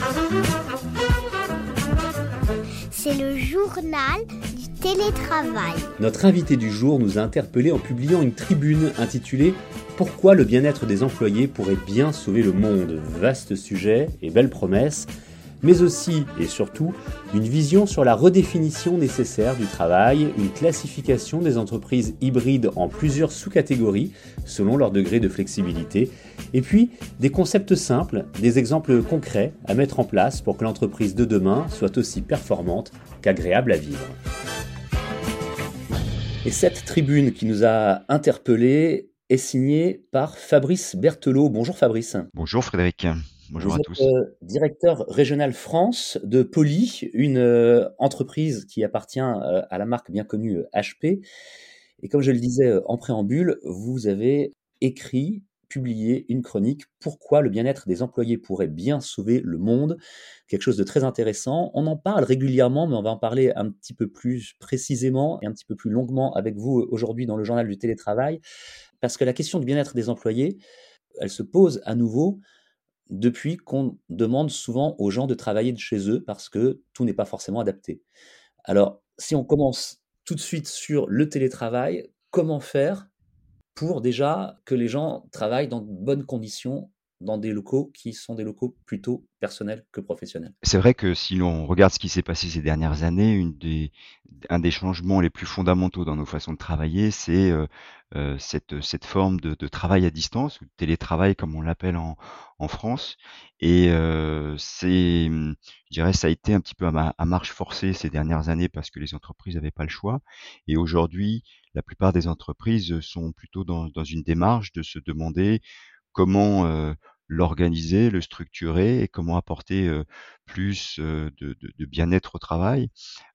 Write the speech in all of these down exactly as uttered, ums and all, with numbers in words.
C'est le journal du télétravail. Notre invité du jour nous a interpellés en publiant une tribune intitulée « Pourquoi le bien-être des employés pourrait bien sauver le monde ?» Vaste sujet et belle promesse, mais aussi et surtout une vision sur la redéfinition nécessaire du travail, une classification des entreprises hybrides en plusieurs sous-catégories selon leur degré de flexibilité, et puis des concepts simples, des exemples concrets à mettre en place pour que l'entreprise de demain soit aussi performante qu'agréable à vivre. Et cette tribune qui nous a interpellés est signée par Fabrice Berthelot. Bonjour Fabrice. Bonjour Frédéric. Bonjour Vous à êtes tous. euh, directeur régional France de Poly, une euh, entreprise qui appartient euh, à la marque bien connue euh, H P. Et comme je le disais euh, en préambule, vous avez écrit, publié une chronique « Pourquoi le bien-être des employés pourrait bien sauver le monde ?» Quelque chose de très intéressant. On en parle régulièrement, mais on va en parler un petit peu plus précisément et un petit peu plus longuement avec vous aujourd'hui dans le journal du télétravail, parce que la question du bien-être des employés, elle se pose à nouveau depuis qu'on demande souvent aux gens de travailler de chez eux parce que tout n'est pas forcément adapté. Alors, si on commence tout de suite sur le télétravail, comment faire pour déjà que les gens travaillent dans de bonnes conditions, dans des locaux qui sont des locaux plutôt personnels que professionnels? C'est vrai que si l'on regarde ce qui s'est passé ces dernières années, une des un des changements les plus fondamentaux dans nos façons de travailler, c'est, heu heu, cette, cette forme de de travail à distance ou de télétravail comme on l'appelle en en France et heu, c'est, mmh, je dirais ça a été un petit peu à ma à marche forcée ces dernières années parce que les entreprises n'avaient pas le choix et aujourd'hui, la plupart des entreprises, sont plutôt dans dans une démarche de se demander comment, heu, l'organiser, le structurer et comment apporter, heu, plus, heu, de de de bien-être au travail,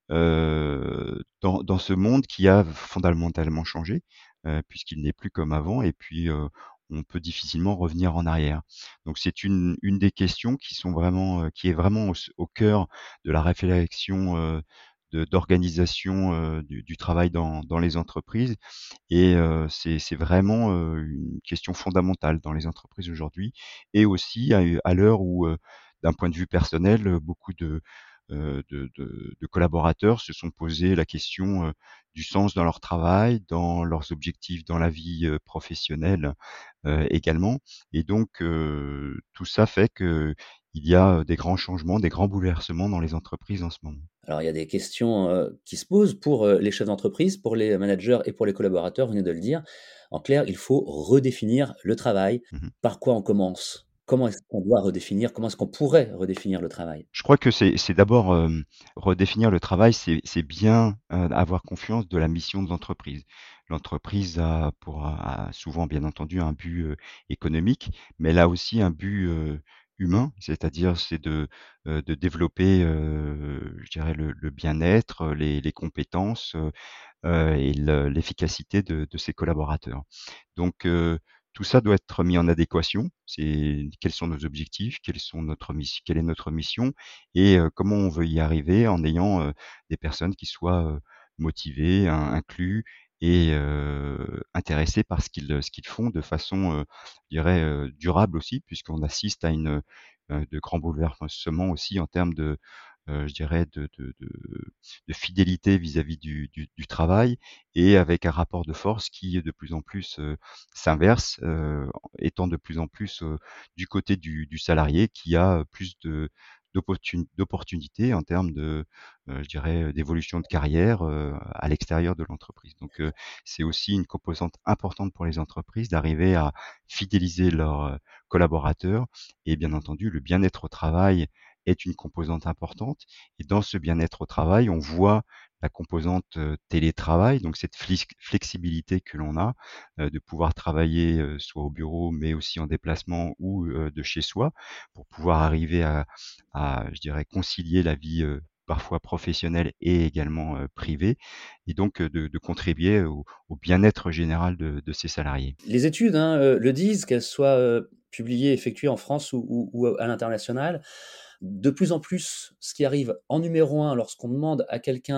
heu, dans dans ce monde qui a fondamentalement changé, heu, puisqu'il n'est plus comme avant et puis, heu, on peut difficilement revenir en arrière. Donc c'est une une des questions qui sont vraiment, heu, qui est vraiment au s au cœur de la réflexion, heu, de d'organisation, heu, du du travail dans dans les entreprises et heu, c'est c'est vraiment, heu, une question fondamentale dans les entreprises aujourd'hui et aussi à à l'heure où, heu, d'un point de vue personnel, heu, beaucoup de, heu, de de de collaborateurs se sont posés la question, heu, du sens dans leur travail, dans leurs objectifs dans la vie, heu, professionnelle, heu, également et donc heu, tout ça fait qu'il y a, des grands changements, des grands bouleversements dans les entreprises en ce moment. Alors, il y a des questions euh, qui se posent pour euh, les chefs d'entreprise, pour les managers et pour les collaborateurs, vous venez de le dire. En clair, il faut redéfinir le travail. Mmh. Par quoi on commence? Comment est-ce qu'on doit redéfinir? Comment est-ce qu'on pourrait redéfinir le travail? Je crois que c'est c'est d'abord, hem, redéfinir le travail, c'est c'est bien, heu, avoir confiance de la mission de l'entreprise. L'entreprise a pour a souvent bien entendu un but, heu, économique, mais elle a aussi un but, heu, humain, c'est-à-dire c'est de, heu, de développer, heu, je dirais le le bien-être, les les compétences, heu heu et le l'efficacité de de ses collaborateurs. Donc heu, tout ça doit être mis en adéquation. C'est quels sont nos objectifs, quelles sont notre mission quelle est notre mission et heu, comment on veut y arriver en ayant, heu, des personnes qui soient, heu, motivées, in inclus et heu, intéressées par ce qu'ils, ce qu'ils font de façon, heu, je dirais, heu, durable aussi puisqu'on assiste à une, heu, de grands bouleversements aussi en termes de, heu, je dirais de de de de fidélité vis-à-vis du du du travail et avec un rapport de force qui, de plus en plus, heu, s'inverse, heu, étant de plus en plus, heu, du côté du du salarié qui a, plus de d'opportun d'opportunités en termes de, heu, je dirais, d'évolution de carrière, heu, à l'extérieur de l'entreprise. Donc, heu, c'est aussi une composante importante pour les entreprises d'arriver à fidéliser leurs, heu, collaborateurs et bien entendu le bien-être au travail est une composante importante et dans ce bien-être au travail, on voit la composante, heu, télétravail, donc cette flis flexibilité que l'on a, heu, de pouvoir travailler, heu, soit au bureau, mais aussi en déplacement ou, heu, de chez soi, pour pouvoir arriver à à, je dirais, concilier la vie, heu, parfois professionnelle et également, heu, privée et donc, heu, de de contribuer au au bien-être général de de ses salariés. Les études hein, euh, le disent, qu'elles soient euh, publiées, effectuées en France ou, ou- ou à l'international. De plus en plus, ce qui arrive en numéro un lorsqu'on demande à quelqu'un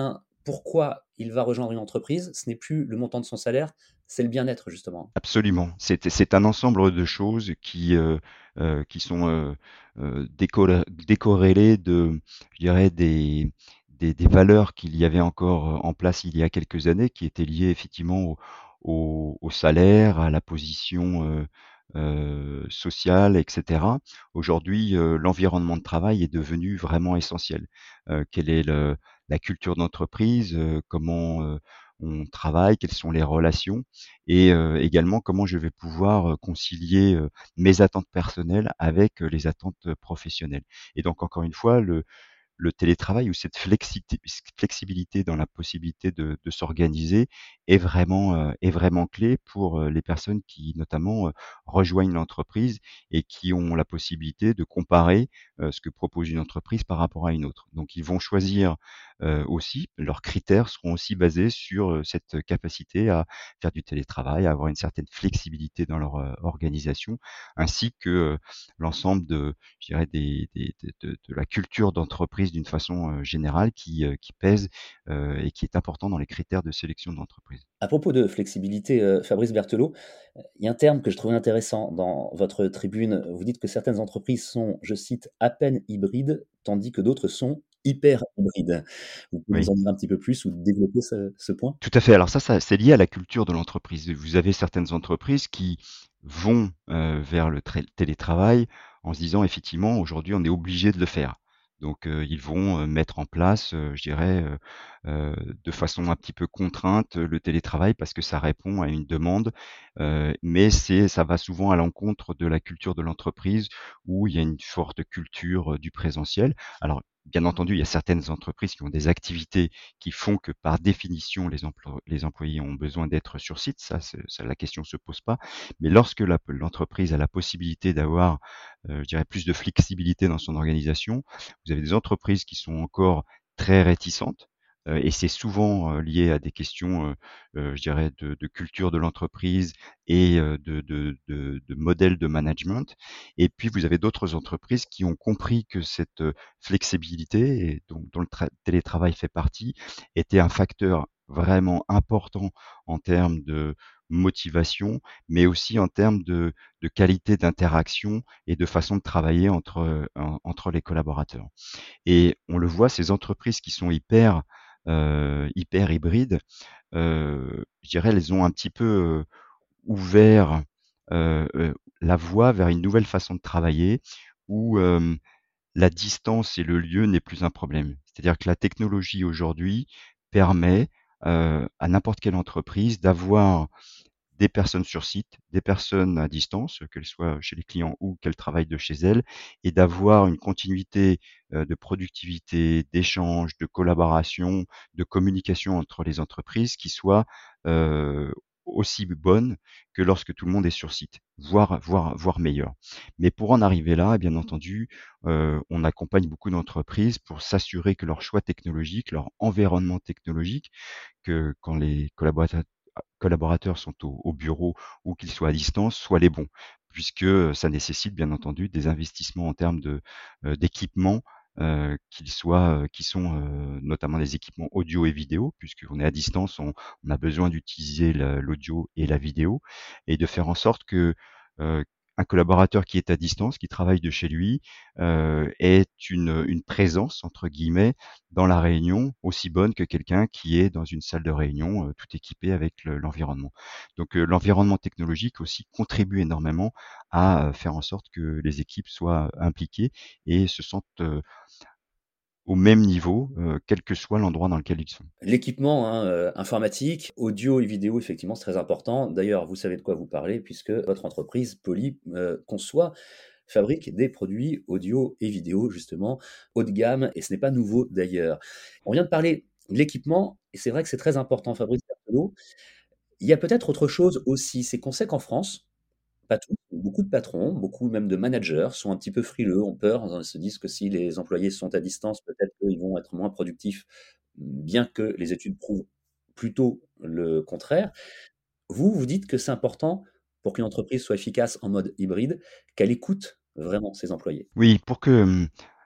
pourquoi il va rejoindre une entreprise, ce n'est plus le montant de son salaire, c'est le bien-être justement. Absolument. C'est c'est un ensemble de choses qui, heu heu, qui sont, heu heu, décolla décorrélées de, je dirais, des des des valeurs qu'il y avait encore, heu, en place il y a quelques années, qui étaient liées effectivement au au au salaire, à la position, heu heu, sociale et cetera. Aujourd'hui, heu, l'environnement de travail est devenu vraiment essentiel. Heu, quelle est le la culture d'entreprise, heu, comment, heu, on travaille, quelles sont les relations et heu, également comment je vais pouvoir, heu, concilier, heu, mes attentes personnelles avec, heu, les attentes, heu, professionnelles. Et donc encore une fois, le le télétravail ou cette flexité flexibilité dans la possibilité de de s'organiser est vraiment, heu, est vraiment clé pour, heu, les personnes qui notamment, heu, rejoignent l'entreprise et qui ont la possibilité de comparer, heu, ce que propose une entreprise par rapport à une autre. Donc ils vont choisir, heu, aussi leurs critères seront aussi basés sur, heu, cette capacité à faire du télétravail, à avoir une certaine flexibilité dans leur, heu, organisation, ainsi que, heu, l'ensemble de je dirais des des de de de la culture d'entreprise d'une façon, heu, générale qui, heu, qui pèse, heu, et qui est important dans les critères de sélection d'entreprise. À propos de flexibilité, heu, Fabrice Berthelot, heu, il y a un terme que je trouvais intéressant dans votre tribune. Vous dites que certaines entreprises sont, je cite: «à peine hybrides», tandis que d'autres sont hyper hybrides. Vous pouvez nous Oui. en dire un petit peu plus ou développer ce ce point? Tout à fait. Alors ça ça c'est lié à la culture de l'entreprise. Vous avez certaines entreprises qui vont, heu, vers le tré télétravail en se disant: «Effectivement, aujourd'hui, on est obligé de le faire». Donc, heu, ils vont, heu, mettre en place, heu, je dirais, heu heu, de façon un petit peu contrainte, heu, le télétravail parce que ça répond à une demande, heu, mais c'est ça va souvent à l'encontre de la culture de l'entreprise où il y a une forte culture, heu, du présentiel. Alors, bien entendu, il y a certaines entreprises qui ont des activités qui font que par définition les emplo les employés ont besoin d'être sur site, ça c'est ça la question se pose pas. Mais lorsque la l'entreprise a la possibilité d'avoir, heu, je dirais plus de flexibilité dans son organisation, vous avez des entreprises qui sont encore très réticentes, heu, et c'est souvent, heu, lié à des questions, heu heu, je dirais de de culture de l'entreprise et heu, de de de de modèle de management. Et puis vous avez d'autres entreprises qui ont compris que cette, heu, flexibilité et dont dont le tra télétravail fait partie, était un facteur vraiment important en termes de motivation, mais aussi en termes de de qualité d'interaction et de façon de travailler entre, heu, en entre les collaborateurs. Et on le voit, ces entreprises qui sont hyper, heu, hyper hybrides, heu, je dirais, elles ont un petit peu, heu, ouvert, heu heu, la voie vers une nouvelle façon de travailler où, hem, la distance et le lieu n'est plus un problème. C'est-à-dire que la technologie aujourd'hui permet, heu, à n'importe quelle entreprise d'avoir des personnes sur site, des personnes à distance, qu'elles soient chez les clients ou qu'elles travaillent de chez elles et d'avoir une continuité, heu, de productivité, d'échange, de collaboration, de communication entre les entreprises qui soit, heu, aussi bonne que lorsque tout le monde est sur site, voire voire voire meilleure. Mais pour en arriver là, bien entendu, heu, on accompagne beaucoup d'entreprises pour s'assurer que leur choix technologique, leur environnement technologique, que quand les collaborateurs collaborateurs sont au au bureau ou qu'ils soient à distance, soient les bons. Puisque, heu, ça nécessite bien entendu des investissements en termes de, heu, d'équipements, heu, qu'ils soient, heu, qui sont, heu, notamment des équipements audio et vidéo, puisqu'on est à distance, on on a besoin d'utiliser le l'audio et la vidéo et de faire en sorte que, heu, un collaborateur qui est à distance, qui travaille de chez lui, heu, ait une, une «présence» entre guillemets dans la réunion aussi bonne que quelqu'un qui est dans une salle de réunion, heu, tout équipé avec le l'environnement. Donc, heu, l'environnement technologique aussi contribue énormément à, heu, faire en sorte que les équipes soient impliquées et se sentent, heu, au même niveau, heu, quel que soit l'endroit dans lequel ils sont. L'équipement, hein, heu, informatique, audio et vidéo, effectivement, c'est très important. D'ailleurs, vous savez de quoi vous parlez puisque votre entreprise, Poly, heu, conçoit, fabrique des produits audio et vidéo, justement, haut de gamme et ce n'est pas nouveau d'ailleurs. On vient de parler de l'équipement et c'est vrai que c'est très important, Fabrice Berthelot. Il y a peut-être autre chose aussi, c'est qu'on sait qu'en France, pas tous, mais beaucoup de patrons, beaucoup même de managers sont un petit peu frileux, ont peur, ils se disent que si les employés sont à distance, peut-être qu'ils vont être moins productifs, bien que les études prouvent plutôt le contraire. Vous, vous dites que c'est important pour qu'une entreprise soit efficace en mode hybride, qu'elle écoute vraiment ses employés. Oui, pour que, mmh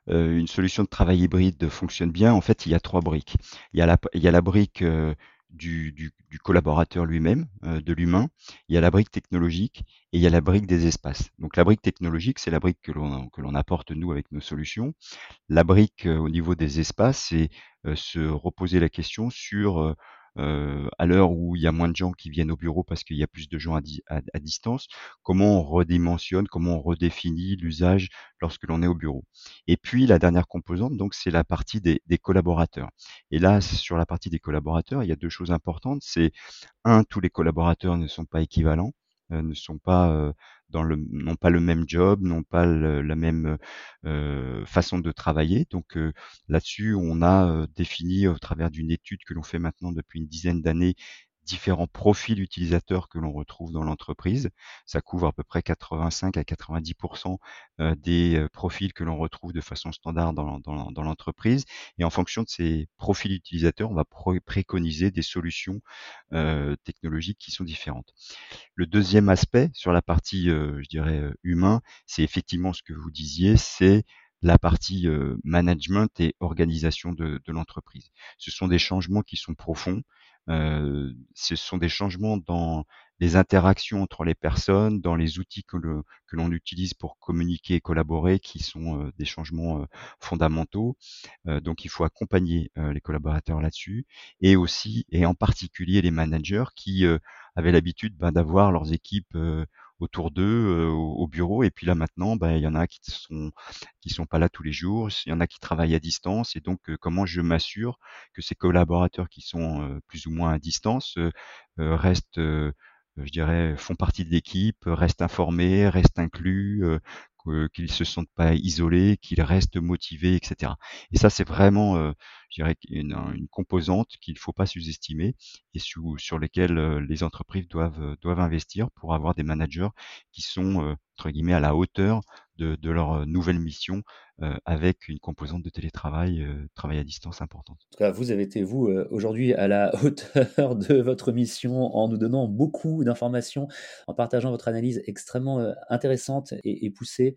euh, une solution de travail hybride fonctionne bien, en fait, il y a trois briques. Il y a la, il y a la brique euh, du, du, du collaborateur lui-même, euh, de l'humain, il y a la brique technologique et il y a la brique des espaces. Donc la brique technologique, c'est la brique que l'on que l'on apporte nous avec nos solutions. La brique euh, au niveau des espaces, c'est euh, se reposer la question sur euh, euh, à l'heure où il y a moins de gens qui viennent au bureau parce qu'il y a plus de gens à, di- à, à distance, comment on redimensionne, comment on redéfinit l'usage lorsque l'on est au bureau. Et puis la dernière composante, donc c'est la partie des, des collaborateurs. Et là, sur la partie des collaborateurs, il y a deux choses importantes. C'est un, tous les collaborateurs ne sont pas équivalents, euh, ne sont pas euh, dans le, n'ont pas le même job, n'ont pas le- la même euh, façon de travailler. Donc euh, là-dessus, on a euh, défini au travers d'une étude que l'on fait maintenant depuis une dizaine d'années différents profils utilisateurs que l'on retrouve dans l'entreprise. Ça couvre à peu près quatre-vingt-cinq à quatre-vingt-dix pour cent euh, des euh, profils que l'on retrouve de façon standard dans, dans, dans l'entreprise. Et en fonction de ces profils utilisateurs, on va pro- préconiser des solutions euh, technologiques qui sont différentes. Le deuxième aspect sur la partie, euh, je dirais, euh, humain, c'est effectivement ce que vous disiez, c'est la partie euh, management et organisation de, de l'entreprise. Ce sont des changements qui sont profonds. Euh, ce sont des changements dans les interactions entre les personnes, dans les outils que, le, que l'on utilise pour communiquer et collaborer, qui sont euh, des changements euh, fondamentaux. Euh, donc, il faut accompagner euh, les collaborateurs là-dessus, et aussi, et en particulier les managers qui euh, avaient l'habitude ben, d'avoir leurs équipes euh, autour d'eux euh, au, au bureau, et puis là maintenant, ben, il y en a qui sont qui sont pas là tous les jours, il y en a qui travaillent à distance, et donc euh, comment je m'assure que ces collaborateurs qui sont euh, plus ou moins à distance euh, euh, restent euh, je dirais, font partie de l'équipe, restent informés, restent inclus, euh, que- qu'ils se sentent pas isolés, qu'ils restent motivés, et cetera. Et ça, c'est vraiment, euh, je dirais, une, une composante qu'il ne faut pas sous-estimer et sous, sur lesquelles euh, les entreprises doivent, euh, doivent investir pour avoir des managers qui sont, euh, entre guillemets, à la hauteur de, de leur euh, nouvelle mission euh, avec une composante de télétravail, euh, travail à distance importante. En tout cas, vous avez été, vous, euh, aujourd'hui, à la hauteur de votre mission en nous donnant beaucoup d'informations, en partageant votre analyse extrêmement euh, intéressante et, et poussée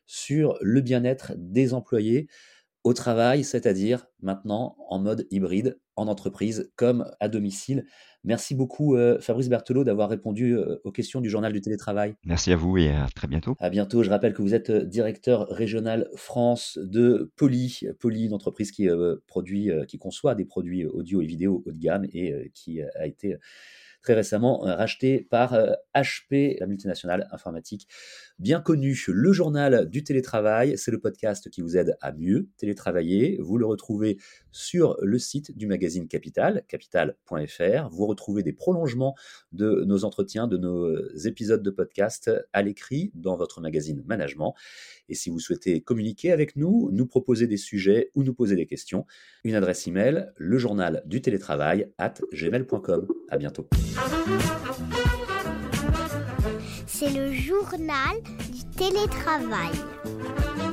sur le bien-être des employés au travail, c'est-à-dire maintenant en mode hybride, en entreprise comme à domicile. Merci beaucoup, euh, Fabrice Berthelot, d'avoir répondu euh, aux questions du journal du télétravail. Merci à vous et à très bientôt. À bientôt. Je rappelle que vous êtes euh, directeur régional France de Poly. Poly, une entreprise qui euh, produit, euh, qui conçoit des produits audio et vidéo haut de gamme et euh, qui a été très récemment euh, racheté par euh, H P, la multinationale informatique bien connue. Le journal du télétravail, c'est le podcast qui vous aide à mieux télétravailler. Vous le retrouvez sur le site du magazine Capital, capital point f r. Vous retrouvez des prolongements de nos entretiens, de nos épisodes de podcast à l'écrit dans votre magazine Management. Et si vous souhaitez communiquer avec nous, nous proposer des sujets ou nous poser des questions, une adresse email, le journal du télétravail arobase gmail point com. À bientôt. C'est le journal du télétravail.